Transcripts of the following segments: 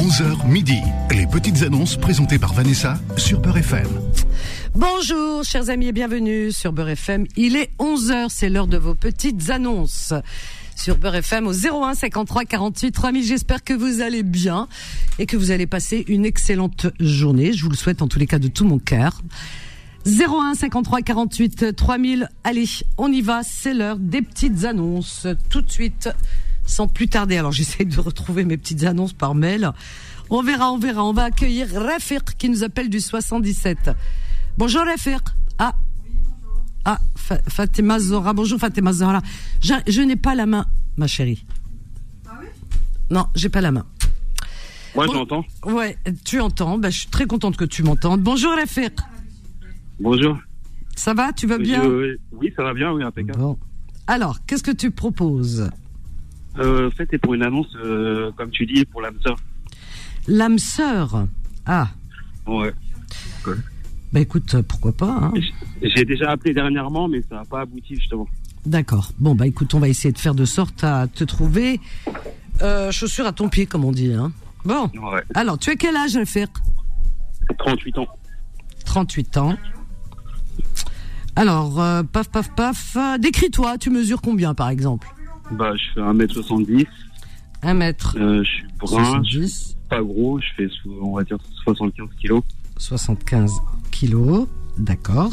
11h midi. Les petites annonces présentées par Vanessa sur Beurre FM. Bonjour chers amis et bienvenue sur Beurre FM. Il est 11h, c'est l'heure de vos petites annonces sur Beurre FM au 01 53 48 3000. J'espère que vous allez bien et que vous allez passer une excellente journée. Je vous le souhaite en tous les cas de tout mon cœur. 01 53 48 3000. Allez, on y va, c'est l'heure des petites annonces. Tout de suite, sans plus tarder. Alors j'essaye de retrouver mes petites annonces par mail. On verra. On va accueillir Rafiq qui nous appelle du 77. Bonjour Rafiq. Fatima Zora. Bonjour Fatima Zora. Je n'ai pas la main, ma chérie. Ah oui? Non, j'ai pas la main. Moi, j'entends. Ouais, tu entends. Je suis très contente que tu m'entendes. Bonjour Rafiq. Bonjour. Ça va? Tu vas bien? Oui, ça va bien, oui, impeccable. Bon. Alors, qu'est-ce que tu proposes? En fait, c'est pour une annonce, comme tu dis, pour l'âme sœur. L'âme sœur? Ah. Ouais. Okay. Bah écoute, pourquoi pas, hein. J'ai déjà appelé dernièrement, mais ça n'a pas abouti, justement. D'accord. Bon, bah écoute, on va essayer de faire de sorte à te trouver chaussures à ton pied, comme on dit, hein. Bon. Ouais. Alors, tu as quel âge, Rafiq? 38 ans. 38 ans. Alors, paf. Décris-toi, tu mesures combien, par exemple? Bah, je fais 1m70. 1m. Je suis brun, je suis pas gros, je fais, on va dire, 75 kilos. 75 kilos, d'accord.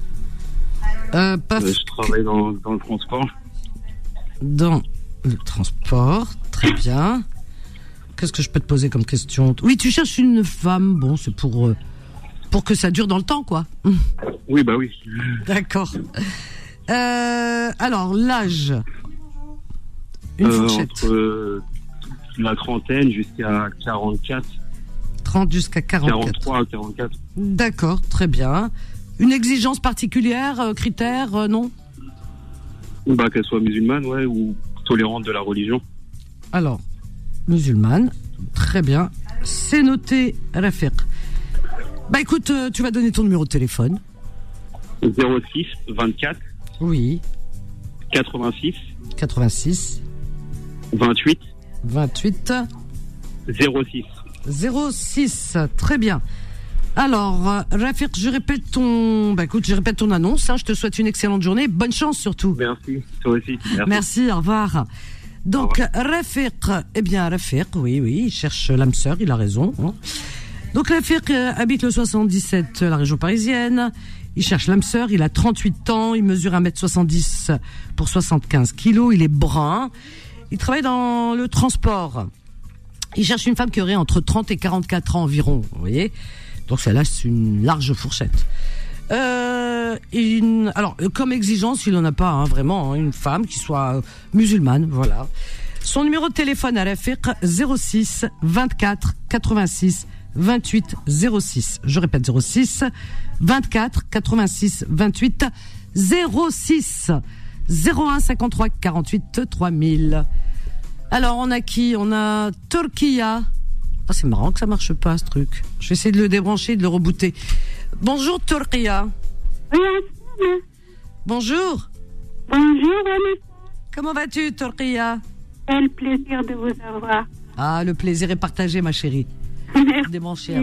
Je travaille dans le transport. Dans le transport, très bien. Qu'est-ce que je peux te poser comme question? Oui, tu cherches une femme, bon, c'est pour que ça dure dans le temps, quoi. Oui, bah oui. D'accord. Alors, l'âge? Une fourchette. Entre la trentaine jusqu'à 44. 30 jusqu'à 44. 43 à 44. D'accord, très bien. Une exigence particulière, critère, non? Bah, qu'elle soit musulmane, ouais, ou tolérante de la religion. Alors, musulmane, très bien. C'est noté, Rafiq. Bah écoute, tu vas donner ton numéro de téléphone. 06 24. Oui. 86. 86. 28. 28. 06. 06, très bien. Alors, Rafiq, je répète ton annonce, hein, je te souhaite une excellente journée, bonne chance surtout. Merci, toi aussi. Merci, au revoir. Donc, Rafiq, oui, il cherche l'âme sœur, il a raison. Hein. Donc, Rafiq habite le 77, la région parisienne, il cherche l'âme sœur, il a 38 ans, il mesure 1m70 pour 75 kilos, il est brun, il travaille dans le transport. Il cherche une femme qui aurait entre 30 et 44 ans environ, vous voyez. Donc celle-là, c'est une large fourchette. Alors, comme exigence, il n'en a pas, hein, vraiment, hein, une femme qui soit musulmane, voilà. Son numéro de téléphone à Rafiq, 06 24 86 28 06. Je répète, 06 24 86 28 06. 01 53 48 3000. Alors, on a qui? On a Turquia. Ah, c'est marrant que ça marche pas, ce truc. Je vais essayer de le débrancher et de le rebooter. Bonjour, Turquia. Oui, bonjour. Bonjour, Vanessa. Comment vas-tu, Turquia? Quel plaisir de vous avoir. Ah, le plaisir est partagé, ma chérie. Merci. Débrancher.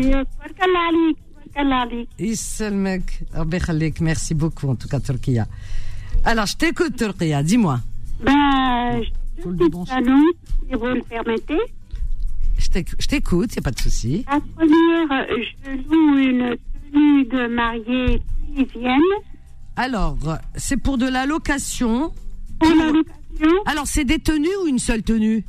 Merci beaucoup, en tout cas, Turquia. Alors, je t'écoute, Turquia. Dis-moi. Je annonce, si vous le permettez. Je t'écoute, il n'y a pas de souci. La première, je loue une tenue de mariée tunisienne. Alors, c'est pour de la location. Pour la location. Alors, c'est des tenues ou une seule tenue?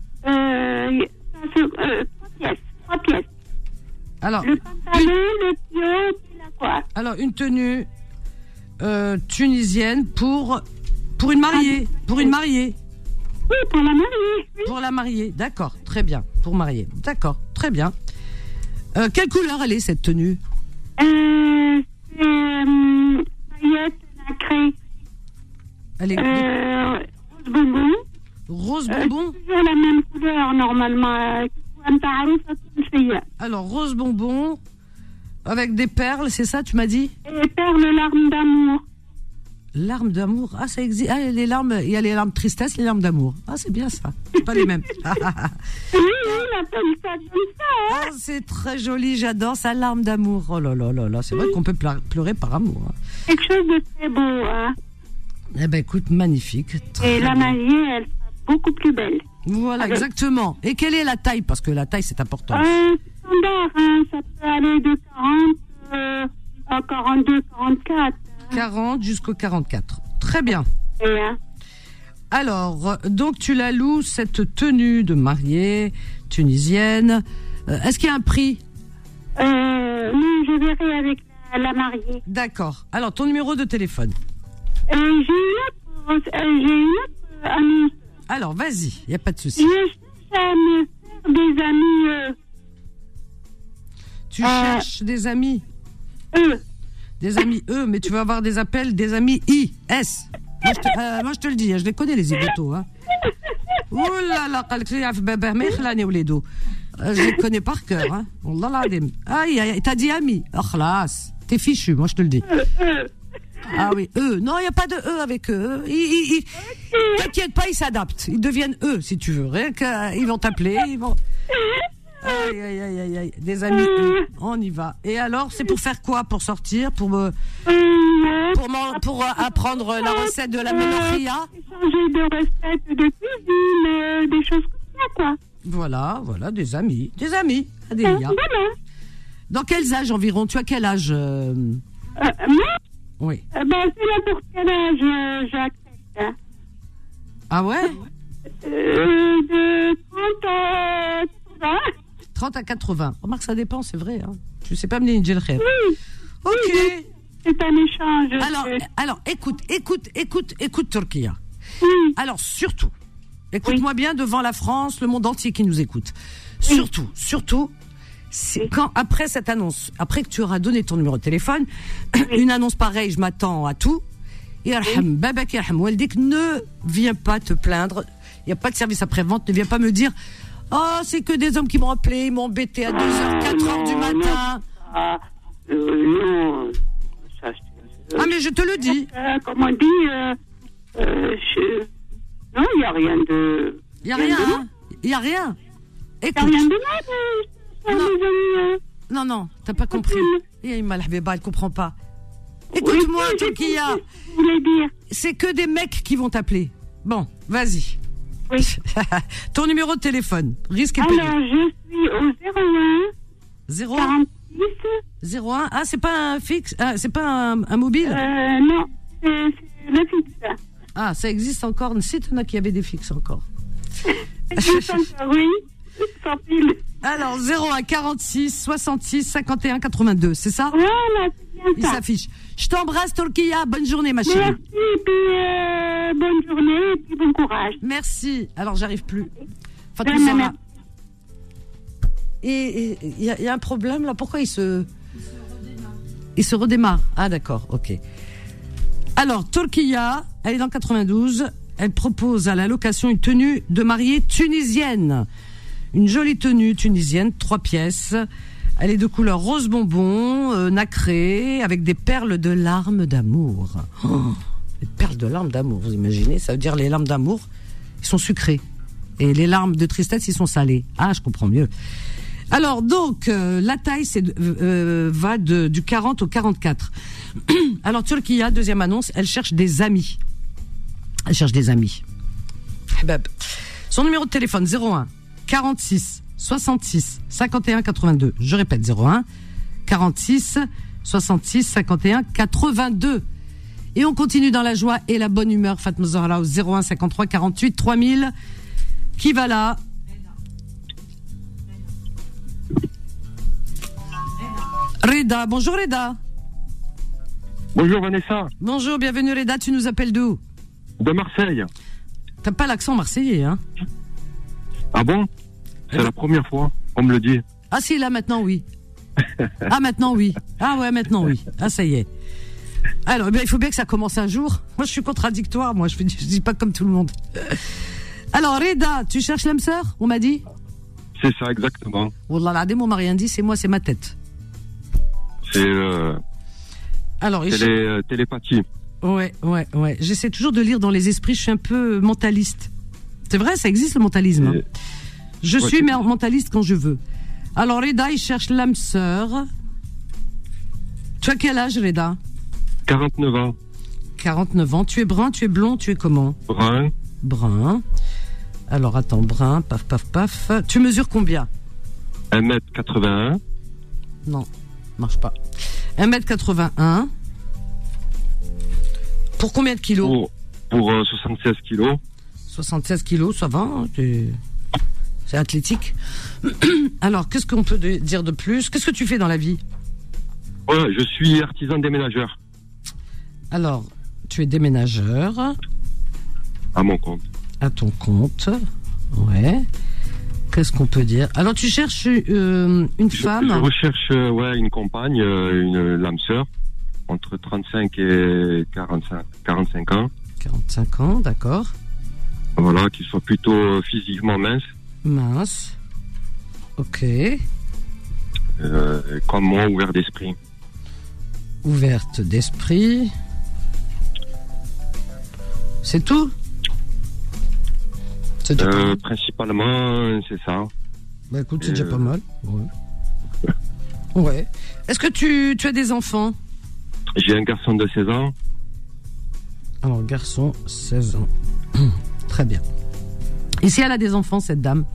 3 pièces. Alors, le pantalon, le pied et la coiffe. Alors, une tenue tunisienne pour une mariée. Pour une mariée. Oui, pour la mariée. Oui. Pour la mariée, d'accord, très bien. Pour mariée, d'accord, très bien. Quelle couleur elle est, cette tenue? C'est paillettes nacrées. Elle est rose bonbon. Rose bonbon. Toujours la même couleur, normalement. Alors, rose bonbon, avec des perles, c'est ça, tu m'as dit? Et perles, larmes d'amour. Larmes d'amour. Ah, ça existe. Ah, les larmes, il y a les larmes de tristesse, les larmes d'amour. Ah, c'est bien ça. C'est pas les mêmes. Oui, on appelle ça comme ça, hein. Ah, c'est très joli, j'adore ça, larme d'amour. Oh là là là là, c'est vrai qu'on peut pleurer par amour. Hein. Quelque chose de très beau, hein. Eh ben écoute, magnifique. Et la mariée, elle sera beaucoup plus belle. Voilà, exactement. Et quelle est la taille? Parce que la taille, c'est important. Standard, hein, ça peut aller de 40 à 42, 44. 40 jusqu'au 44. Très bien. Et, hein. Alors, donc tu la loues, cette tenue de mariée tunisienne. Est-ce qu'il y a un prix? Non, je verrai avec la mariée. D'accord. Alors, ton numéro de téléphone. J'ai une autre annonce. Alors, vas-y, il n'y a pas de souci. Je cherche à me faire des amis. Tu cherches des amis? Des amis mais tu vas avoir des appels des amis IS. Moi, je te le dis, je les connais, les zigotos. Hein. Ouh là là, je les connais par cœur. Hein. Aïe, t'as dit amis. Khlas, t'es fichu, moi je te le dis. Ah oui, eux. Non, il n'y a pas de eux avec eux. T'inquiète pas, ils s'adaptent. Ils deviennent eux, si tu veux. Rien qu'ils vont t'appeler, ils vont... Aïe. Des amis, eux. On y va. Et alors, c'est pour faire quoi? Pour sortir? Pour apprendre la recette de la menorria? Changer de recette de cuisine, des choses comme ça, quoi. Voilà, des amis. Des amis, Voilà. Dans quels âges environ? Tu as quel âge Moi? Oui. C'est n'importe quel âge, j'accepte. Hein. Ah ouais? De 30 à 80. 30 à 80. Remarque, ça dépend, c'est vrai. Hein. Je sais pas mener une gelkhair. Oui. Ok. Oui, c'est un échange. Alors, écoute, Turquia. Oui. Alors, surtout, écoute-moi bien devant la France, le monde entier qui nous écoute. Surtout, c'est quand, après cette annonce, après que tu auras donné ton numéro de téléphone, une annonce pareille, je m'attends à tout. Yarham babak yarham waldik, ne viens pas te plaindre. Il n'y a pas de service après-vente, ne viens pas me dire oh, c'est que des hommes qui m'ont appelé, ils m'ont embêté à 2h, 4h du matin. Non. Ah, mais je te le dis. Comme on dit, non, il n'y a rien de... Il n'y a rien, hein. Il n'y a rien. Écoute. Il n'y a rien de mal, Non, t'as pas compris. Elle comprend pas. Écoute-moi, Turquia. Je voulais dire. C'est que des mecs qui vont t'appeler. Bon, vas-y. Oui. Ton numéro de téléphone, risque et péril. Alors, je suis au 01 46 01. Ah, c'est pas un fixe, c'est pas un mobile? Non, c'est le fixe. Ah, ça existe encore. Si t'en as qui avaient des fixes encore. Oui, sans pile. Alors, 01 46 66 51 82, c'est ça? Voilà, c'est bien ça. Il s'affiche. Je t'embrasse, Turquia. Bonne journée, ma chérie. Merci, puis bonne journée, et puis bon courage. Merci. Alors, j'arrive plus. Et il y a un problème là. Pourquoi il se redémarre? Ah, d'accord, ok. Alors, Turquia, elle est dans 92. Elle propose à la location une tenue de mariée tunisienne. Une jolie tenue tunisienne, 3 pièces. Elle est de couleur rose bonbon, nacrée, avec des perles de larmes d'amour. Oh, les perles de larmes d'amour, vous imaginez? Ça veut dire les larmes d'amour, ils sont sucrées. Et les larmes de tristesse, ils sont salées. Ah, je comprends mieux. Alors, donc, la taille, va du 40 au 44. Alors, Turquia, deuxième annonce, elle cherche des amis. Habab. Son numéro de téléphone, 01 46 66 51 82. Je répète, 01 46 66 51 82. Et on continue dans la joie et la bonne humeur. Fatma Zahra au 01 53 48 3000. Qui va là? Reda. Bonjour Reda. Bonjour Vanessa. Bonjour, bienvenue Reda. Tu nous appelles d'où? De Marseille. T'as pas l'accent marseillais, hein? Ah bon? C'est la première fois, on me le dit. Ah si, là maintenant oui. Ah maintenant oui. Ah ouais, maintenant oui. Ah ça y est. Alors, il faut bien que ça commence un jour. Moi je suis contradictoire, je dis pas comme tout le monde. Alors Reda, tu cherches l'âme sœur, on m'a dit? C'est ça, exactement. Wallah l'adem, on m'a rien dit, c'est moi, c'est ma tête. C'est alors, les télépathies. Ouais. J'essaie toujours de lire dans les esprits, je suis un peu mentaliste. C'est vrai, ça existe le mentalisme. Je Ouais, suis c'est- mentaliste quand je veux. Alors, Reda, il cherche l'âme sœur. Tu as quel âge, Reda? 49 ans, 49 ans. Tu es brun, tu es blond, tu es comment? brun, Brun. Alors, attends, brun, paf, paf, paf. Tu mesures combien? 1m81, Non, marche pas. 1m81. Pour combien de kilos? pour 76 kilos. 76 kilos, ça va, hein, c'est athlétique. Alors, qu'est-ce qu'on peut dire de plus? Qu'est-ce que tu fais dans la vie? Ouais, je suis artisan déménageur Alors, tu es déménageur à mon compte. à ton compte. Ouais. Qu'est-ce qu'on peut dire? Alors, tu cherches une femme. Je recherche une compagne, une l'âme sœur, entre 35 et 45 ans. 45 ans, d'accord. Voilà, qui soit plutôt physiquement mince, Mince. Ok. comme moi, ouvert d'esprit. Ouverte d'esprit. C'est tout? C'est déjà pas mal. Principalement, c'est ça. Bah écoute, c'est déjà pas mal. Ouais. Ouais. Est-ce que tu as des enfants? J'ai un garçon de 16 ans. Alors, garçon, 16 ans. Très bien. Et si elle a des enfants, cette dame?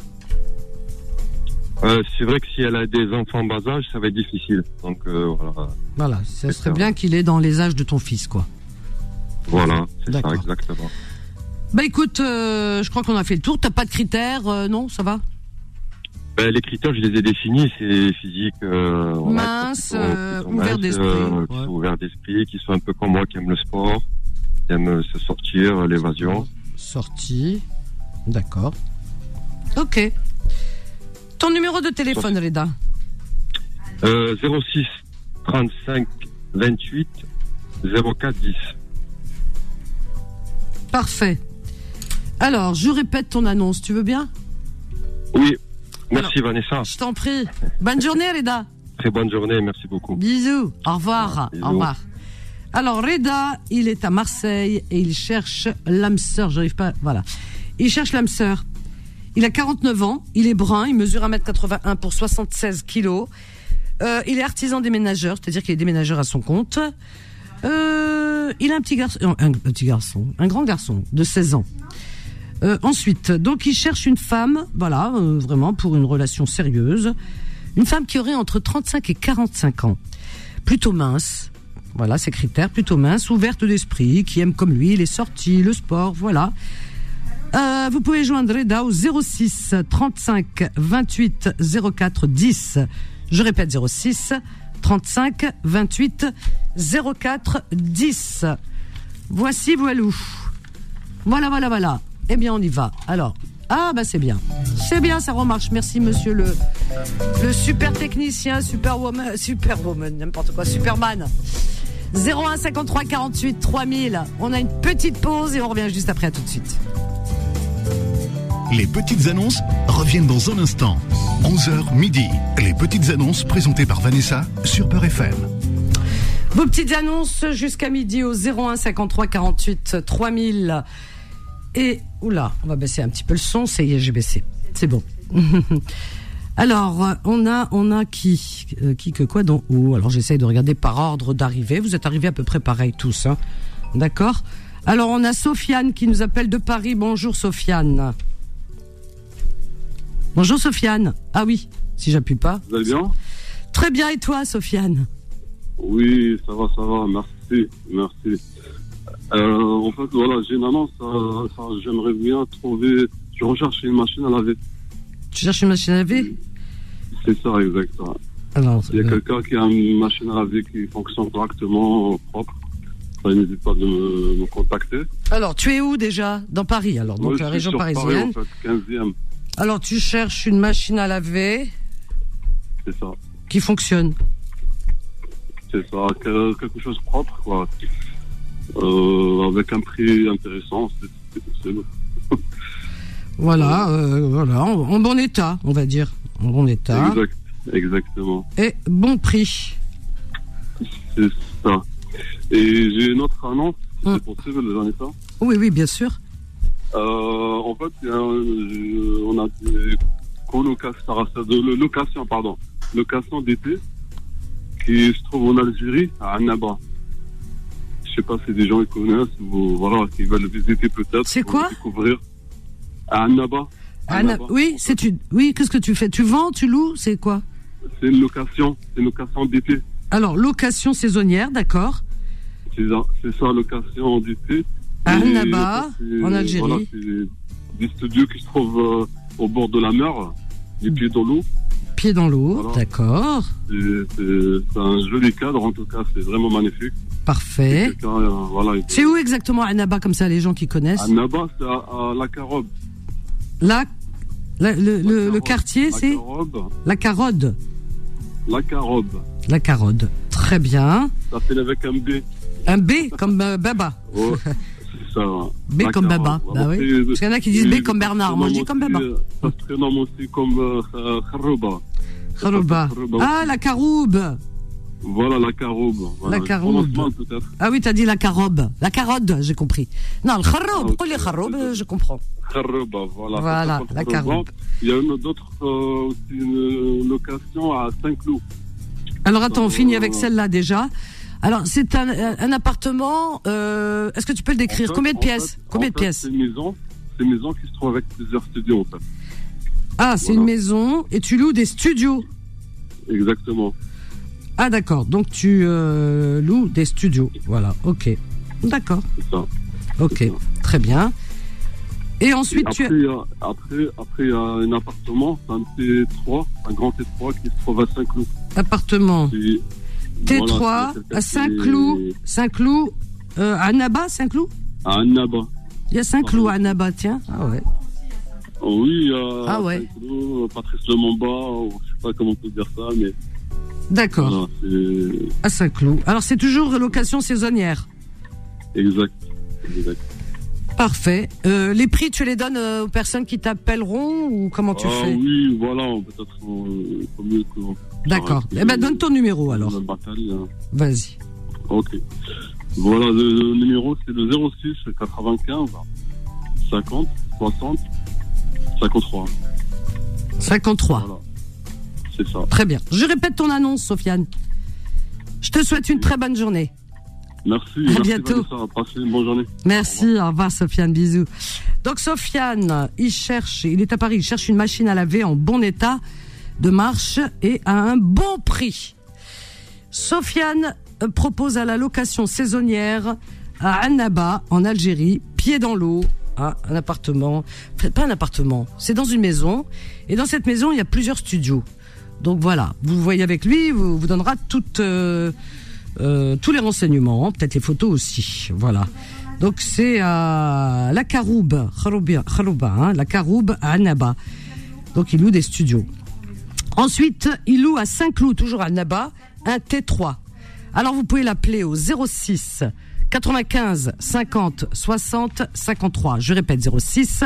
C'est vrai que si elle a des enfants en bas âge, ça va être difficile. Donc voilà. Voilà, ce C'est serait ça. bien qu'il est dans les âges de ton fils, quoi. Voilà, c'est ça D'accord. exactement. Bah écoute, je crois qu'on a fait le tour. T'as pas de critères, non? Ça va? Ben, les critères, je les ai définis. C'est physique, Mince, plutôt ouvert mince, d'esprit. qui Ouais. soit ouvert d'esprit, qui soit un peu comme moi, qui aime le sport, qui aime se sortir, l'évasion. Sortie. D'accord. Ok. Ton numéro de téléphone, Reda? 06 35 28 04 10. Parfait. Alors, je répète ton annonce, tu veux bien? Oui, merci Vanessa. Je t'en prie. Bonne journée, Reda. Très bonne journée, merci beaucoup. Bisous. Au revoir. Bisous. Au revoir. Alors, Reda, il est à Marseille et il cherche l'âme sœur. J'arrive pas. Voilà. Il cherche l'âme sœur. Il a 49 ans. Il est brun. Il mesure 1m81 pour 76 kilos. Il est artisan déménageur, c'est-à-dire qu'il est déménageur à son compte. Il a un grand garçon de 16 ans. Ensuite, donc il cherche une femme, voilà, vraiment pour une relation sérieuse. Une femme qui aurait entre 35 et 45 ans. Plutôt mince, voilà ses critères, plutôt mince, ouverte d'esprit, qui aime comme lui les sorties, le sport, voilà. Vous pouvez joindre Reda au 06 35 28 04 10. Je répète 06 35 28 04 10. Voici voilou. Voilà. Eh bien, on y va. Alors, c'est bien. C'est bien, ça remarche. Merci, monsieur le super technicien, superwoman, n'importe quoi, Superman. 01 53 48 3000. On a une petite pause et on revient juste après. À tout de suite. Les petites annonces reviennent dans un instant. 11h midi. Les petites annonces présentées par Vanessa sur Beurre FM. Vos petites annonces jusqu'à midi au 01 53 48 3000. Et, oula, on va baisser un petit peu le son, ça y est, j'ai baissé. C'est bon. Alors, on a qui que quoi, dont où? Alors, j'essaye de regarder par ordre d'arrivée. Vous êtes arrivés à peu près pareil tous, hein. D'accord? Alors, on a Sofiane qui nous appelle de Paris. Bonjour, Sofiane. Bonjour, Sofiane. Ah oui, si j'appuie pas. Vous allez bien? Très bien, et toi, Sofiane? Oui, ça va, merci. En fait, voilà, j'ai une annonce, j'aimerais bien trouver, je recherche une machine à laver. Tu cherches une machine à laver? C'est ça, exactement. Alors, Il y a quelqu'un qui a une machine à laver qui fonctionne correctement, propre. N'hésite pas de me contacter. alors, tu es où déjà? Dans Paris, alors, donc Moi, la je suis région sur parisienne. Paris, en fait, 15e, Alors, tu cherches une machine à laver c'est ça. qui fonctionne. C'est ça, quelque chose de propre, quoi. Avec un prix intéressant, c'est possible. Voilà, en bon état, on va dire. En bon état. Exactement. Et bon prix. C'est ça. Et j'ai une autre annonce, si c'est possible, Vanessa. Oui, bien sûr. En fait, on a des location d'été qui se trouve en Algérie, à Annaba. Je sais pas si des gens ils connaissent ou voilà, qui veulent visiter peut-être. C'est quoi? Découvrir. À Annaba. Oui, oui, qu'est-ce que tu fais? Tu vends, tu loues, c'est quoi? C'est une location d'été. Alors, location saisonnière, d'accord. C'est ça, location d'été. À Annaba, en Algérie. Voilà, c'est des studios qui se trouvent au bord de la mer, les pieds dans l'eau. Pieds dans l'eau, voilà. D'accord. C'est un joli cadre, en tout cas, c'est vraiment magnifique. Parfait. Voilà, c'est où exactement Annaba, comme ça, les gens qui connaissent? Annaba, c'est à La Carobe. Le quartier, c'est La Carode. La Carobe. La Carode. Très bien. Ça fait avec un B. Un B comme Baba. Oh, c'est ça. B comme Baba. Bah oui. Parce qu'il y en a qui disent B comme Bernard. Moi, je dis comme Baba. Ça se prénomme aussi comme Kharouba. Kharouba. Ah, la Caroube. Voilà, la Caroube. Voilà. La Caroube. Ah oui, t'as dit la Carobe. La Carode, j'ai compris. Non, le Kharoub. Pour les Kharoub, je comprends. Kharouba, voilà. Voilà, la Caroube. Il y a une location à Saint-Cloud. Alors attends, on finit avec celle-là déjà. Alors c'est un appartement. Est-ce que tu peux le décrire? Combien de pièces? C'est une maison qui se trouve avec plusieurs studios en fait. Ah, c'est une maison et tu loues des studios. Exactement. Ah d'accord. Donc tu loues des studios. Voilà. Ok. D'accord. C'est ça. Ok. Ça. Très bien. Et ensuite après, il y a un appartement, un T3, un grand T3 qui se trouve à Saint-Cloud. Appartement T3 voilà, à Saint-Cloud. Saint-Cloud, à Annaba, Saint-Cloud? À Annaba. Il y a Saint-Cloud à Annaba, tiens. Ah ouais. Oui, il y a Saint-Cloud, Patrice Lumumba, je sais pas comment on peut dire ça, mais... D'accord. Voilà, à Saint-Cloud. Alors c'est toujours location saisonnière. Exact. Parfait. Les prix, tu les donnes aux personnes qui t'appelleront ou comment tu fais? Oui, voilà, peut-être mieux que... D'accord. Eh ben, donne ton numéro alors. Vas-y. Ok. Voilà, le numéro, c'est le 06 95 50 60 53. 53. Voilà. C'est ça. Très bien. Je répète ton annonce, Sofiane. Je te souhaite une très bonne journée. Merci. À bientôt. Passez une bonne journée. Merci. Au revoir, Sofiane. Bisous. Donc, Sofiane, il est à Paris, il cherche une machine à laver en bon état de marche et à un bon prix. Sofiane propose à la location saisonnière à Annaba, en Algérie, pied dans l'eau, un appartement. Pas un appartement, c'est dans une maison. Et dans cette maison, il y a plusieurs studios. Donc voilà, vous voyez avec lui, vous donnera tous les renseignements, peut-être les photos aussi. Voilà. Donc c'est à La Caroube, Kharouba, La Caroube à Annaba. Donc il loue des studios. Ensuite, il loue à Saint-Cloud, toujours à Annaba, un T3. Alors vous pouvez l'appeler au 06 95 50 60 53. Je répète, 06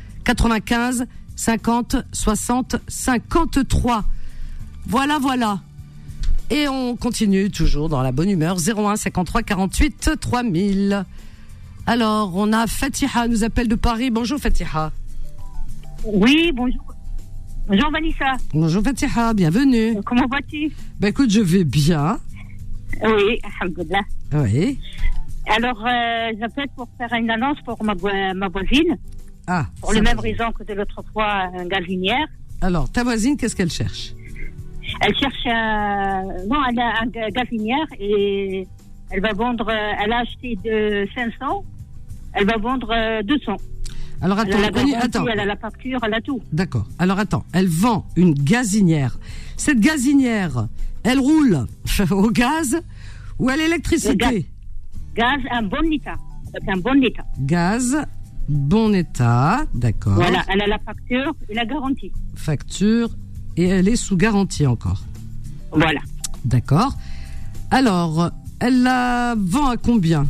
95 50 60 53. Voilà. Et on continue toujours dans la bonne humeur. 01 53 48 3000. Alors, on a Fatiha, nous appelle de Paris. Bonjour Fatiha. Oui, bonjour. Bonjour Vanessa. Bonjour Fatiha, bienvenue. Comment vas-tu? Écoute, je vais bien. Oui, alhamdoulilah. Oui. Alors, j'appelle pour faire une annonce pour ma voisine. Ah. Pour la même raison que de l'autre fois, une gazinière. Alors, ta voisine, qu'est-ce qu'elle cherche? Elle cherche elle a un gazinière et elle va vendre, elle a acheté de 500, elle va vendre 200. Alors attends, elle a la facture, elle a tout. D'accord. Alors attends, elle vend une gazinière. Cette gazinière, elle roule au gaz ou à l'électricité? Gaz, un bon état. C'est un bon état. Gaz, bon état, d'accord. Voilà, elle a la facture et la garantie. Facture et elle est sous garantie encore. Voilà. D'accord. Alors, elle la vend à combien?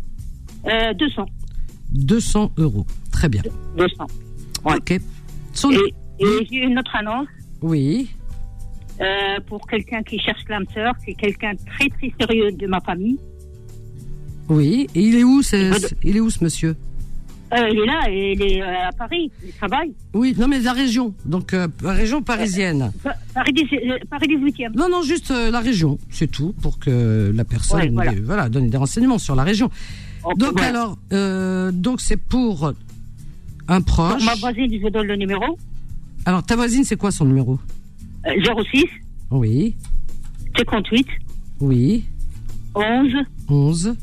200. 200 €. Très bien. 200. Ouais. Ok. Et j'ai une autre annonce. Oui. Pour quelqu'un qui cherche l'âme sœur, c'est quelqu'un très très sérieux de ma famille. Oui. Et il est où ce monsieur? Il est là, il est à Paris, il travaille. Oui, non mais la région, donc la région parisienne. Paris 18e. Non, juste la région, c'est tout, pour que la personne donne des renseignements sur la région. Donc alors, donc c'est pour un proche. Pour ma voisine, je vous donne le numéro. Alors ta voisine, c'est quoi son numéro? 06. Oui. 58. Oui. 11.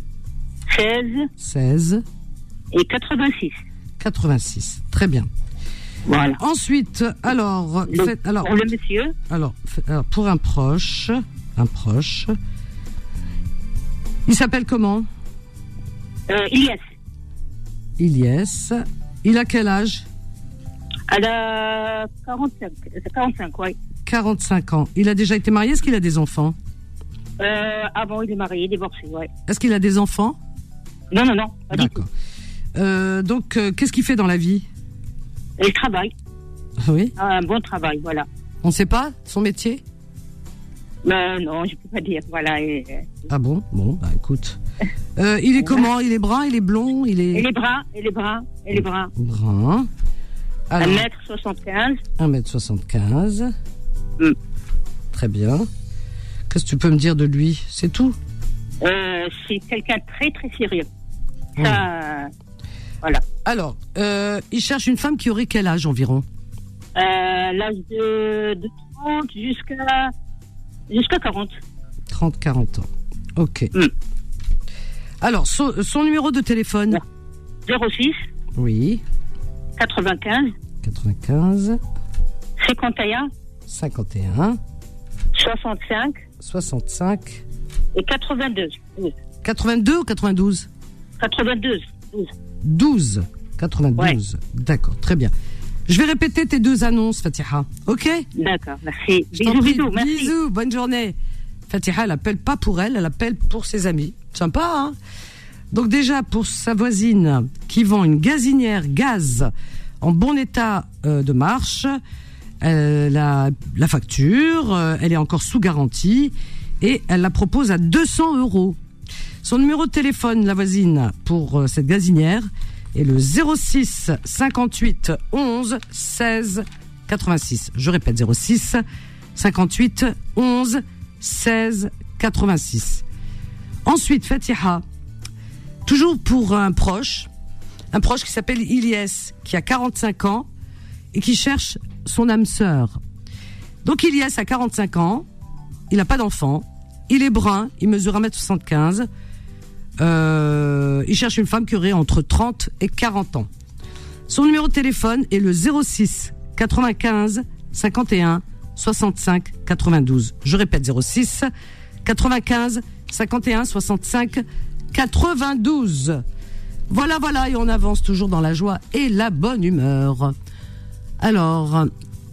16. Et 86. Très bien. Voilà. Ensuite, alors, pour le monsieur. Alors, pour un proche, il s'appelle comment? Ilyes. Il a quel âge? Elle a 45, oui. 45 ans. Il a déjà été marié? Est-ce qu'il a des enfants? Avant, il est marié, divorcé, oui. Est-ce qu'il a des enfants? Non, pas du tout. Donc, qu'est-ce qu'il fait dans la vie? Il travaille. Oui. Un bon travail, voilà. On ne sait pas son métier? Non, je ne peux pas dire, voilà. Ah bon? Bon, bah écoute. Il est comment? Il est brun, il est blond, il est brun. Brun. Alors, 1m75. 1m75. Très bien. Qu'est-ce que tu peux me dire de lui? C'est tout? C'est quelqu'un de très, très sérieux. Ça, voilà. Alors, il cherche une femme qui aurait quel âge environ? L'âge de 30 jusqu'à 40. 30-40 ans. Ok. Alors, son numéro de téléphone? 06. Oui. 95. 51. 65. Et 82. 82 ou 92? 12. 92. Ouais. D'accord, très bien. Je vais répéter tes deux annonces, Fatiha. Ok? D'accord, merci. Bisous, merci. Bisous, bonne journée. Fatiha, elle appelle pas pour elle appelle pour ses amis. Sympa, hein? Donc déjà, pour sa voisine qui vend une gazinière gaz en bon état de marche, la facture, elle est encore sous garantie et elle la propose à 200 €. Son numéro de téléphone, la voisine, pour cette gazinière est le 06 58 11 16 86. Je répète, 06 58 11 16 86. Ensuite, Fatiha, toujours pour un proche qui s'appelle Ilyes, qui a 45 ans et qui cherche son âme sœur. Donc Ilyes a 45 ans, il n'a pas d'enfant, il est brun, il mesure 1m75, il cherche une femme qui aurait entre 30 et 40 ans. Son numéro de téléphone est le 06 95 51 65 92. Je répète, 06 95 51 65 92. Voilà, et on avance toujours dans la joie et la bonne humeur. Alors,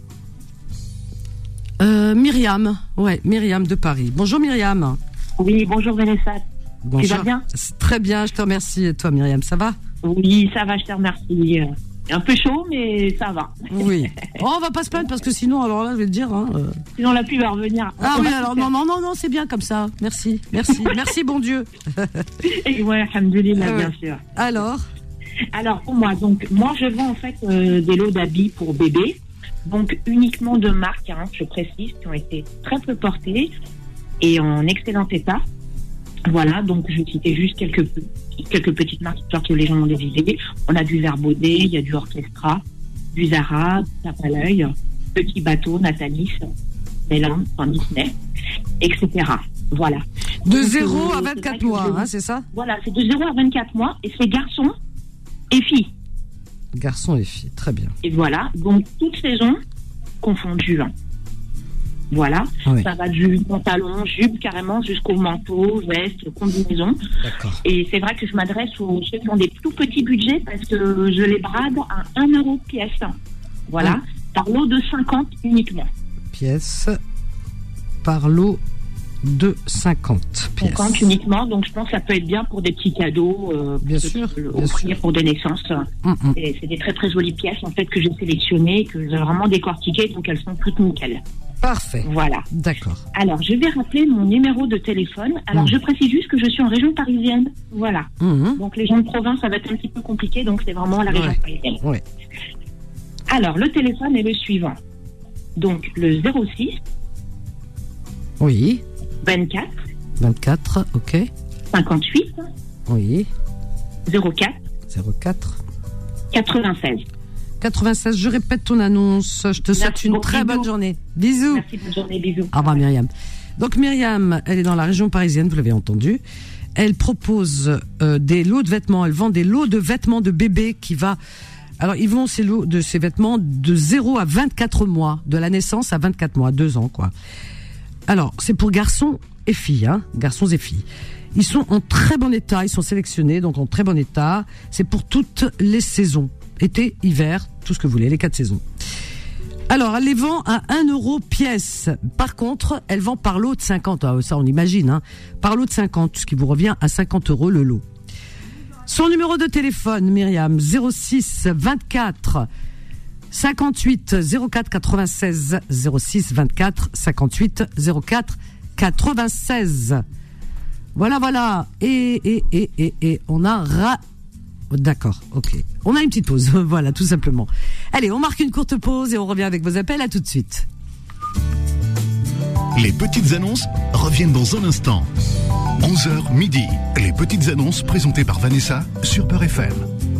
Myriam de Paris. Bonjour Myriam. Oui, bonjour Vanessa. Bonjour. Tu vas bien? Très bien, je te remercie. Et toi Myriam, ça va? Oui, ça va, je te remercie. Un peu chaud, mais ça va. Oui. Oh, on va pas se plaindre parce que sinon, alors là, je vais te dire. Sinon, la pluie va revenir. Ah oui, alors non, c'est bien comme ça. Merci, bon Dieu. Ouais, alhamdoulilah, bien sûr. Alors, pour moi, je vends en fait des lots d'habits pour bébés, donc uniquement de marques, je précise, qui ont été très peu portées et en excellent état. Voilà, donc je citais juste quelques petites marques histoire que les gens ont des idées. On a du Verbaudet, il y a du Orchestra, du Zara, Tape à l'œil, Petit Bateau, Natalis, Mélan, Disney, etc. Voilà. De 0 à 24 mois, c'est ça? Voilà, c'est de 0 à 24 mois et c'est garçons et filles. Garçons et filles, très bien. Et voilà, donc toutes saisons confondues. Voilà, oui. Ça va du pantalon, jupe carrément jusqu'au manteau, veste, combinaison. D'accord. Et c'est vrai que je m'adresse aux ceux qui ont des tout petits budgets parce que je les brade à 1 € pièce. Voilà, par lot de 50 uniquement. Pièce par lot de 50 pièces. 50 uniquement, donc je pense que ça peut être bien pour des petits cadeaux, bien sûr, offrir pour des naissances. Et c'est des très très jolies pièces en fait que j'ai sélectionnées, que j'ai vraiment décortiquées, donc elles sont toutes nickel. Parfait. Voilà. D'accord. Alors, je vais rappeler mon numéro de téléphone. Alors, je précise juste que je suis en région parisienne. Voilà. Donc, les gens de province, ça va être un petit peu compliqué. Donc, c'est vraiment la région parisienne. Ouais. Alors, le téléphone est le suivant. Donc, le 06 Oui. 24 ok. 58 Oui. 04 96. 96, je répète ton annonce. Je te souhaite une très bonne journée. Bisous. Merci, bonne journée, bisous. Au revoir Myriam. Donc Myriam, elle est dans la région parisienne, vous l'avez entendu. Elle propose des lots de vêtements. Elle vend des lots de vêtements de bébés qui va... Alors ils vont ces lots de ces vêtements de 0 à 24 mois, de la naissance à 24 mois, 2 ans quoi. Alors c'est pour garçons et filles, hein, garçons et filles. Ils sont en très bon état, ils sont sélectionnés, donc en très bon état. C'est pour toutes les saisons. Été, hiver, tout ce que vous voulez, les 4 saisons. Alors, elle les vend à 1 € pièce. Par contre, elle vend par lot de 50. Ah, ça, on imagine, hein. Par lot de 50, ce qui vous revient à 50 € le lot. Son numéro de téléphone, Myriam, 06 24 58 04 96 06 24 58 04 96. Voilà. Et on a D'accord, ok. On a une petite pause, voilà, tout simplement. Allez, on marque une courte pause et on revient avec vos appels. À tout de suite. Les petites annonces reviennent dans un instant. 11h midi. Les petites annonces présentées par Vanessa sur Beurre FM.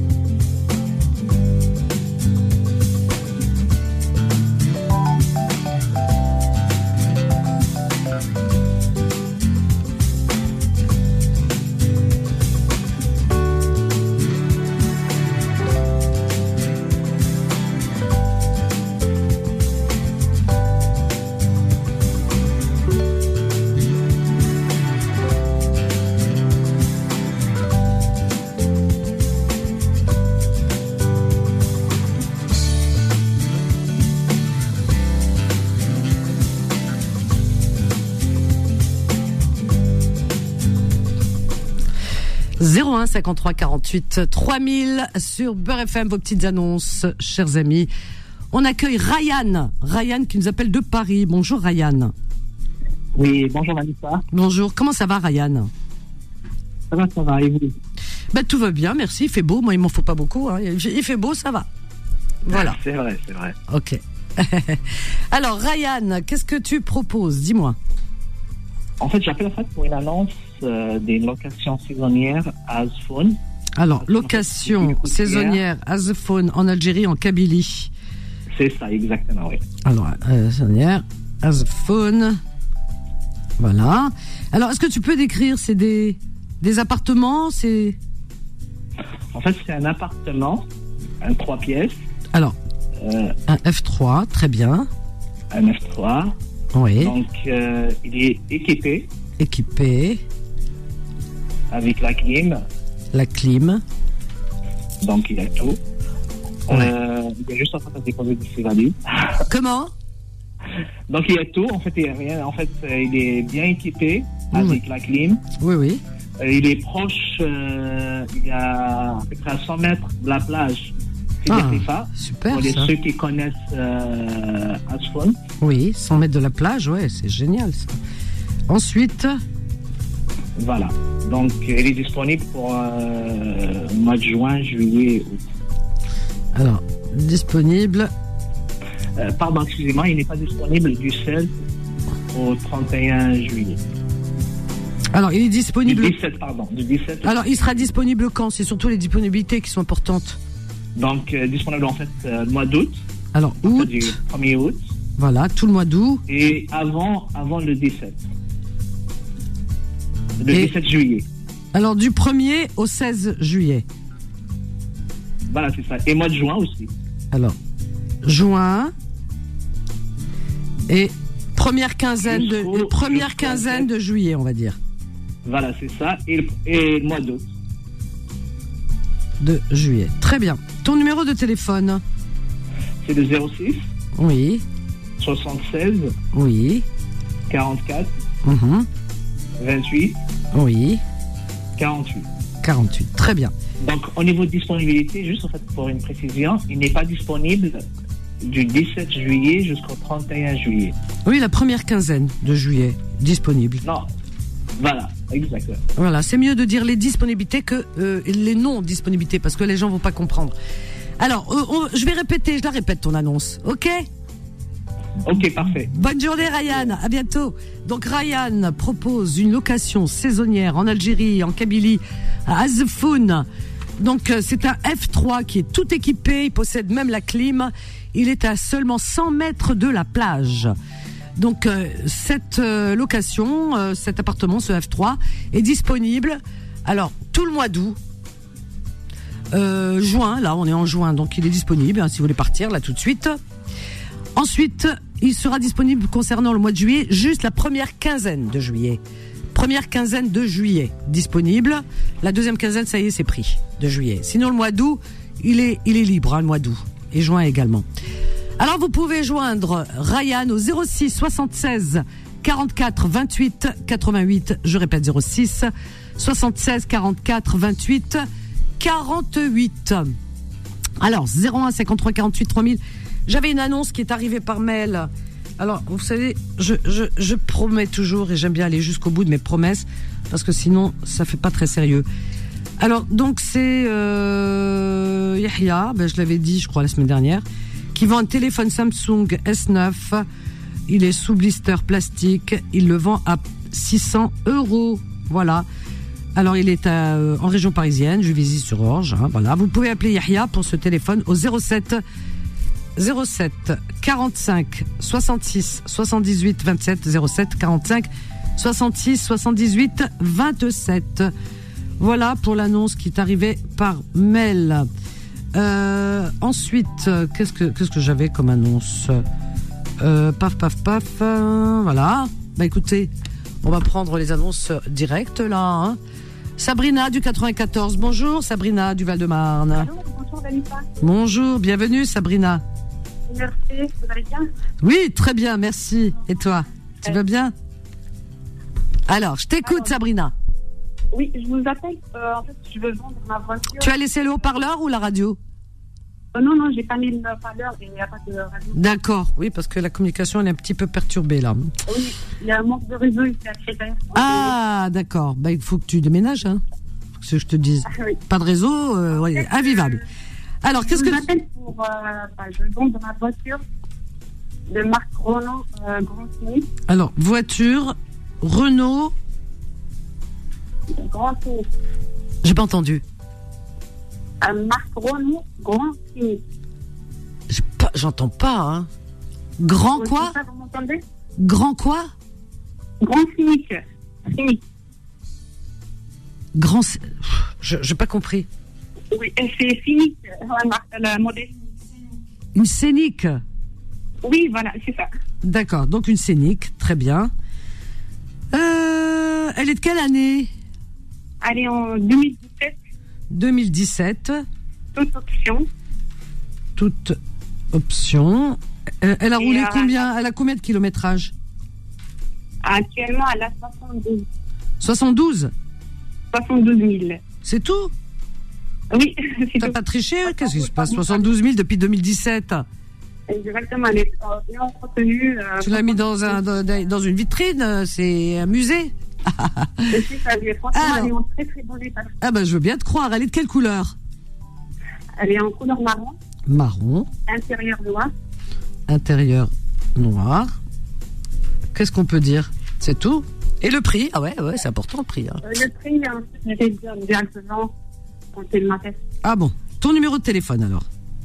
« 01 53 48 3000 sur Beurre FM, vos petites annonces, chers amis. On accueille Ryan qui nous appelle de Paris. Bonjour Ryan. Oui, bonjour Vanessa. Bonjour, comment ça va Ryan? Ça va, et vous? Ben, tout va bien, merci, il fait beau, moi il m'en faut pas beaucoup, hein. Il fait beau, ça va. Voilà. C'est vrai. Ok. Alors Ryan, qu'est-ce que tu proposes? Dis-moi. En fait, j'appelle en fait pour une annonce des locations saisonnières à Azfoun. Alors, location saisonnière à Azfoun en Algérie, en Kabylie. C'est ça, exactement, oui. Alors, saisonnière, Azfoun. Voilà. Alors, est-ce que tu peux décrire, c'est des appartements, c'est... En fait, c'est un appartement, un 3 pièces. Alors, un F3, très bien. Un F3. Oui. Donc, il est équipé. Avec la clim. Donc, il y a tout. Ouais. Il y a juste en fait à déposer du Cévali. Comment? Donc, il y a tout. En fait, il n'y a rien. En fait, il est bien équipé avec la clim. Oui. Il est proche, il y a à peu près à 100 mètres de la plage. Super, pour ça. ceux qui connaissent Azfoun. Oui, 100 mètres de la plage, ouais, c'est génial ça. Ensuite. Voilà. Donc, il est disponible pour le mois de juin, juillet, août. Alors, disponible. Pardon, excusez-moi, il n'est pas disponible du 16 au 31 juillet. Alors, il est disponible. Du 17. Alors, il sera disponible quand? C'est surtout les disponibilités qui sont importantes. Donc, disponible en fait le mois d'août. Alors, août. Du 1er août. Voilà, tout le mois d'août. Et avant le 17. Le 17 juillet. Alors, du 1er au 16 juillet. Voilà, c'est ça. Et mois de juin aussi. Alors, juin. Et première quinzaine de juillet, on va dire. Voilà, c'est ça. Et le mois d'août. De juillet. Très bien. Ton numéro de téléphone? C'est le 06. Oui. 76. Oui. 44. 28. Oui. 48. Très bien. Donc, au niveau de disponibilité, juste en fait pour une précision, il n'est pas disponible du 17 juillet jusqu'au 31 juillet. Oui, la première quinzaine de juillet, disponible. Non, voilà, exactement. Voilà, c'est mieux de dire les disponibilités que les non-disponibilités, parce que les gens vont pas comprendre. Alors, je la répète ton annonce, ok ? Ok, parfait. Bonne journée Ryan, à bientôt. Donc Ryan propose une location saisonnière en Algérie, en Kabylie, à Azfoun. Donc c'est un F3 qui est tout équipé, il possède même la clim. Il est à seulement 100 mètres de la plage. Donc cette location, cet appartement, ce F3, est disponible. Alors tout le mois d'août, juin, là on est en juin, donc il est disponible si vous voulez partir là tout de suite. Ensuite, il sera disponible concernant le mois de juillet, juste la première quinzaine de juillet. Première quinzaine de juillet disponible. La deuxième quinzaine, ça y est, c'est pris de juillet. Sinon, le mois d'août, il est libre, le mois d'août. Et juin également. Alors, vous pouvez joindre Ryan au 06 76 44 28 88. Je répète, 06 76 44 28 48. Alors, 01 53 48 3000. J'avais une annonce qui est arrivée par mail. Alors, vous savez, je promets toujours, et j'aime bien aller jusqu'au bout de mes promesses, parce que sinon, ça fait pas très sérieux. Alors, donc, c'est Yahya, je l'avais dit, je crois, la semaine dernière, qui vend un téléphone Samsung S9. Il est sous blister plastique. Il le vend à 600 €. Voilà. Alors, il est en région parisienne, Juvisy-sur-Orge. Voilà. Vous pouvez appeler Yahya pour ce téléphone au 07 45 66 78 27 07 45 66 78 27. Voilà pour l'annonce qui est arrivée par mail. Ensuite, qu'est-ce que j'avais comme annonce? Paf. Voilà. Bah écoutez, on va prendre les annonces directes là. Sabrina du 94. Bonjour Sabrina du Val-de-Marne. Allô, bonjour Vanessa. Bonjour, bienvenue Sabrina. Merci, vous allez bien? Oui, très bien, merci. Et toi, tu vas bien? Alors, je t'écoute Sabrina. Oui, je vous appelle, en fait, je veux vendre ma voiture. Tu as laissé le haut-parleur ou la radio? Non, j'ai pas mis le haut-parleur et il n'y a pas de radio. D'accord, oui, parce que la communication elle est un petit peu perturbée là. Oui, il y a un manque de réseau ici à Créteil. Ah, d'accord, bah, il faut que tu déménages, faut que je te dise. Oui. Pas de réseau, invivable. Alors, qu'est-ce que... Je vous appelle pour... je veux vendre ma voiture de marque Renault Grand Scénic. Alors, voiture, Renault... Grand Scénic. J'ai pas entendu. Marque Renault Grand Scénic. J'entends pas, Grand quoi? Ça, vous m'entendez? Grand quoi? Grand Scénic. Scénic. Grand... J'ai pas compris. Oui, c'est Scénic, la modèle. Une Scénic? Oui, voilà, c'est ça. D'accord, donc une Scénic, très bien. Elle est de quelle année? Elle est en 2017. 2017. Toute option. Toute option. Elle a roulé combien? Elle a combien de kilométrage? Actuellement, elle a 72. 72? 72 000. C'est tout? Oui. T'as pas triché? Qu'est-ce qui se passe? 72 000 depuis 2017? Exactement, elle est bien entretenue. Tu l'as mis dans une vitrine? C'est un musée? Franchement, elle est en très très bon état. Ah ben je veux bien te croire. Elle est de quelle couleur? Elle est en couleur marron. Marron. Intérieur noir. Intérieur noir. Qu'est-ce qu'on peut dire? C'est tout? Et le prix? Ah ouais, c'est important le prix. Le prix, je vais dire directement quand elle m'appelle. Ah bon. Ton numéro de téléphone alors?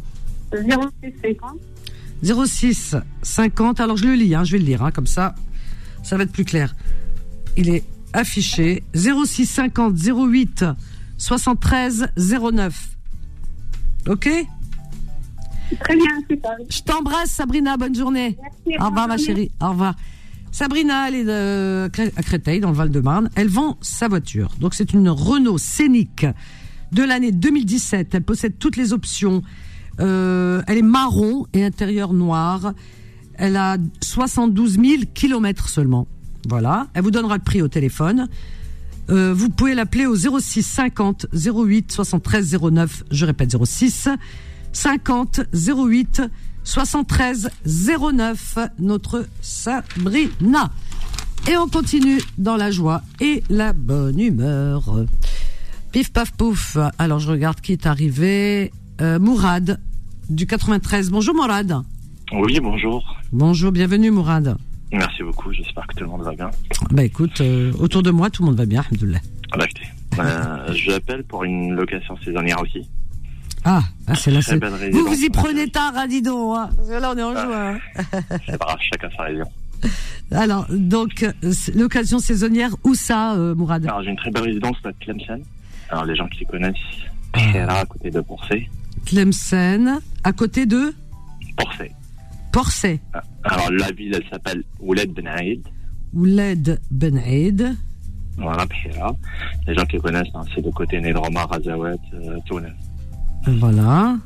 06 50. Alors je le lis, je vais le lire, comme ça va être plus clair. Il est affiché 06 50 08 73 09. Ok? Très bien, c'est ça. Je t'embrasse Sabrina, bonne journée. Merci, au revoir ma chérie, au revoir. Sabrina, elle est à Créteil, dans le Val-de-Marne. Elle vend sa voiture. Donc c'est une Renault Scénic de l'année 2017. Elle possède toutes les options. Elle est marron et intérieur noir. Elle a 72 000 kilomètres seulement. Voilà. Elle vous donnera le prix au téléphone. Vous pouvez l'appeler au 06 50 08 73 09. Je répète, 06 50 08 73 09, notre Sabrina. Et on continue dans la joie et la bonne humeur. Pif paf pouf. Alors je regarde qui est arrivé. Mourad du 93. Bonjour Mourad. Oui, bonjour. Bonjour, bienvenue Mourad. Merci beaucoup, j'espère que tout le monde va bien. Bah écoute, autour de moi tout le monde va bien, alhamdoulilah. Ah bah écoutez, je l'appelle pour une location saisonnière aussi. Ah c'est là, c'est... Vous y prenez tard, hein, dis donc, hein. Parce que là on est en juin. C'est pas grave, chacun sa région. Alors, donc, location saisonnière, où ça, Mourad? Alors, j'ai une très belle résidence à Tlemcen. Alors, les gens qui connaissent, Pchera, à côté de Porcé. Tlemcen, à côté de Porcé. Porcé. Alors, la ville, elle s'appelle Ouled Ben Aïd. Ouled Ben Aïd. Voilà, Pchera. Les gens qui connaissent, hein, c'est de côté Nedroma, Razawet, Tounes. Voilà.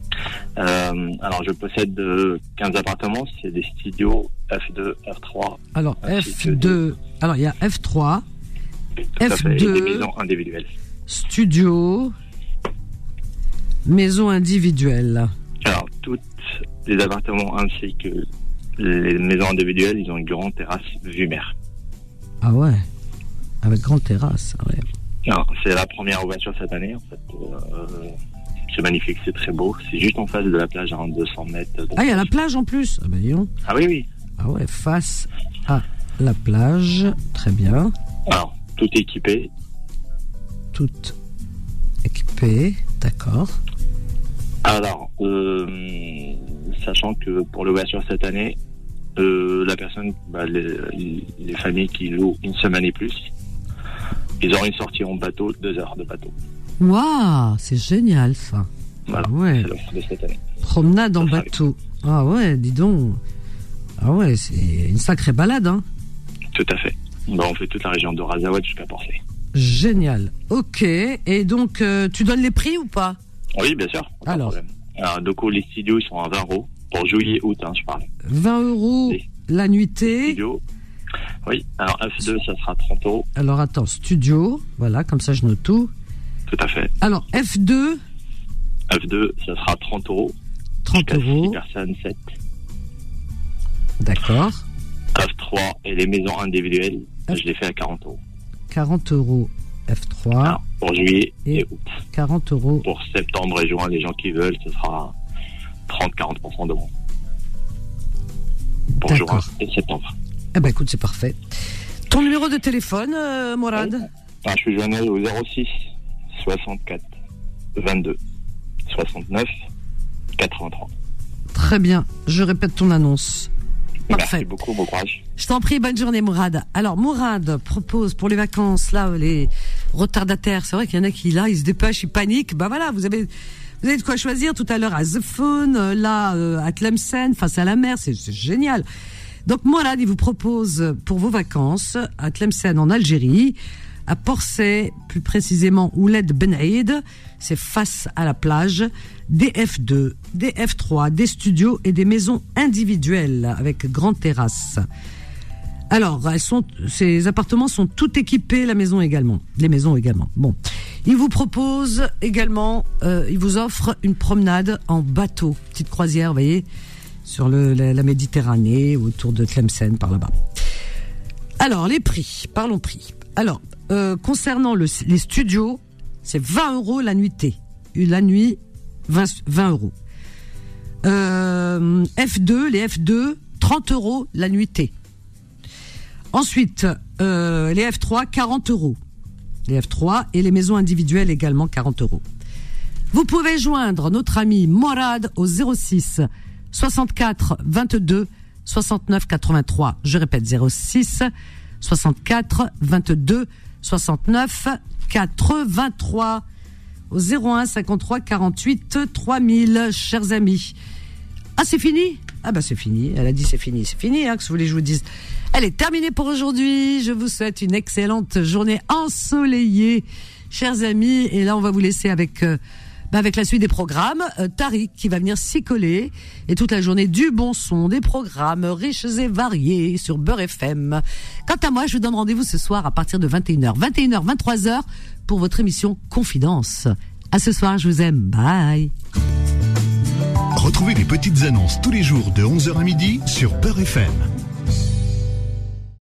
Alors, je possède 15 appartements, c'est des studios F2, F3. Alors, F2, alors il y a F3, F2, des maisons individuelles. Studio, maison individuelle. Alors, toutes les appartements ainsi que les maisons individuelles, ils ont une grande terrasse vue mer. Ah ouais, avec grande terrasse, ouais. Alors, c'est la première ouverture cette année, en fait. C'est magnifique, c'est très beau. C'est juste en face de la plage, à 200 mètres. Ah, il y a la plage en plus. Ah, ben, disons. Ah oui, oui. Ah ouais, face à la plage. Très bien. Alors, tout équipé. Tout équipé, d'accord. Alors, sachant que pour l'ouverture cette année, la personne, les familles qui louent une semaine et plus, ils auront une sortie en bateau, 2 heures de bateau. Waouh, c'est génial ça. Voilà, ouais. C'est l'offre de cette année. Promenade en bateau. Ah ouais, dis donc. Ah ouais, c'est une sacrée balade, hein. Tout à fait. Bah, on fait toute la région de Razawet jusqu'à Porcé. Génial. Ok. Et donc, tu donnes les prix ou pas? Oui, bien sûr. Alors, du coup, les studios, ils sont à 20 € pour juillet, août, hein, je parle. 20 € la nuitée. Studio. Oui. Alors, F2, ça sera 30 €. Alors, attends, studio. Voilà, comme ça, je note tout. Tout à fait. Alors, F2. F2, ça sera 30 €. 30 €. 6 personnes, 7. D'accord. F3 et les maisons individuelles, je les fais à 40 €. 40 € F3. Alors, pour juillet et août. 40 €. Pour septembre et juin, les gens qui veulent, ce sera 30-40% de moins. Pour juin et septembre. Eh ben écoute, c'est parfait. Ton numéro de téléphone, Mourad? Oui. Je suis joignable au 06 64 22 69 83. Très bien. Je répète ton annonce. Parfait. Merci beaucoup, bon courage. Je t'en prie, bonne journée Mourad. Alors Mourad propose pour les vacances, là, les retardataires, c'est vrai qu'il y en a qui, là, ils se dépêchent, ils paniquent. Bah voilà, vous avez de quoi choisir tout à l'heure à The Phone, là, à Tlemcen, face à la mer, c'est génial. Donc Mourad, il vous propose pour vos vacances à Tlemcen en Algérie, à Porcé, plus précisément Ouled Ben Aïd, c'est face à la plage, des F2, des F3, des studios et des maisons individuelles avec grande terrasse. Alors, ces appartements sont tout équipés, les maisons également. Bon, il vous propose également, il vous offre une promenade en bateau, petite croisière, vous voyez, sur la Méditerranée, autour de Tlemcen, par là-bas. Alors, les prix, parlons prix. Alors, concernant les studios, c'est 20 € la nuitée. La nuit, 20 €. F2, les F2, 30 € la nuitée. Ensuite, les F3, 40 €. Les F3 et les maisons individuelles également, 40 €. Vous pouvez joindre notre ami Mourad au 06 64 22 69 83. Je répète, 06 64 22 69 83 au 01 53 48 3000, chers amis. Ah, c'est fini? Ah bah c'est fini, elle a dit c'est fini, hein, que vous voulez que je vous dise. Elle est terminée pour aujourd'hui, je vous souhaite une excellente journée ensoleillée, chers amis, et là on va vous laisser avec la suite des programmes, Tariq qui va venir s'y coller, et toute la journée du bon son, des programmes riches et variés sur Beurre FM. Quant à moi, je vous donne rendez-vous ce soir à partir de 21h, 23h pour votre émission Confidence. À ce soir, je vous aime, bye. Retrouvez les petites annonces tous les jours de 11h à midi sur Beurre FM.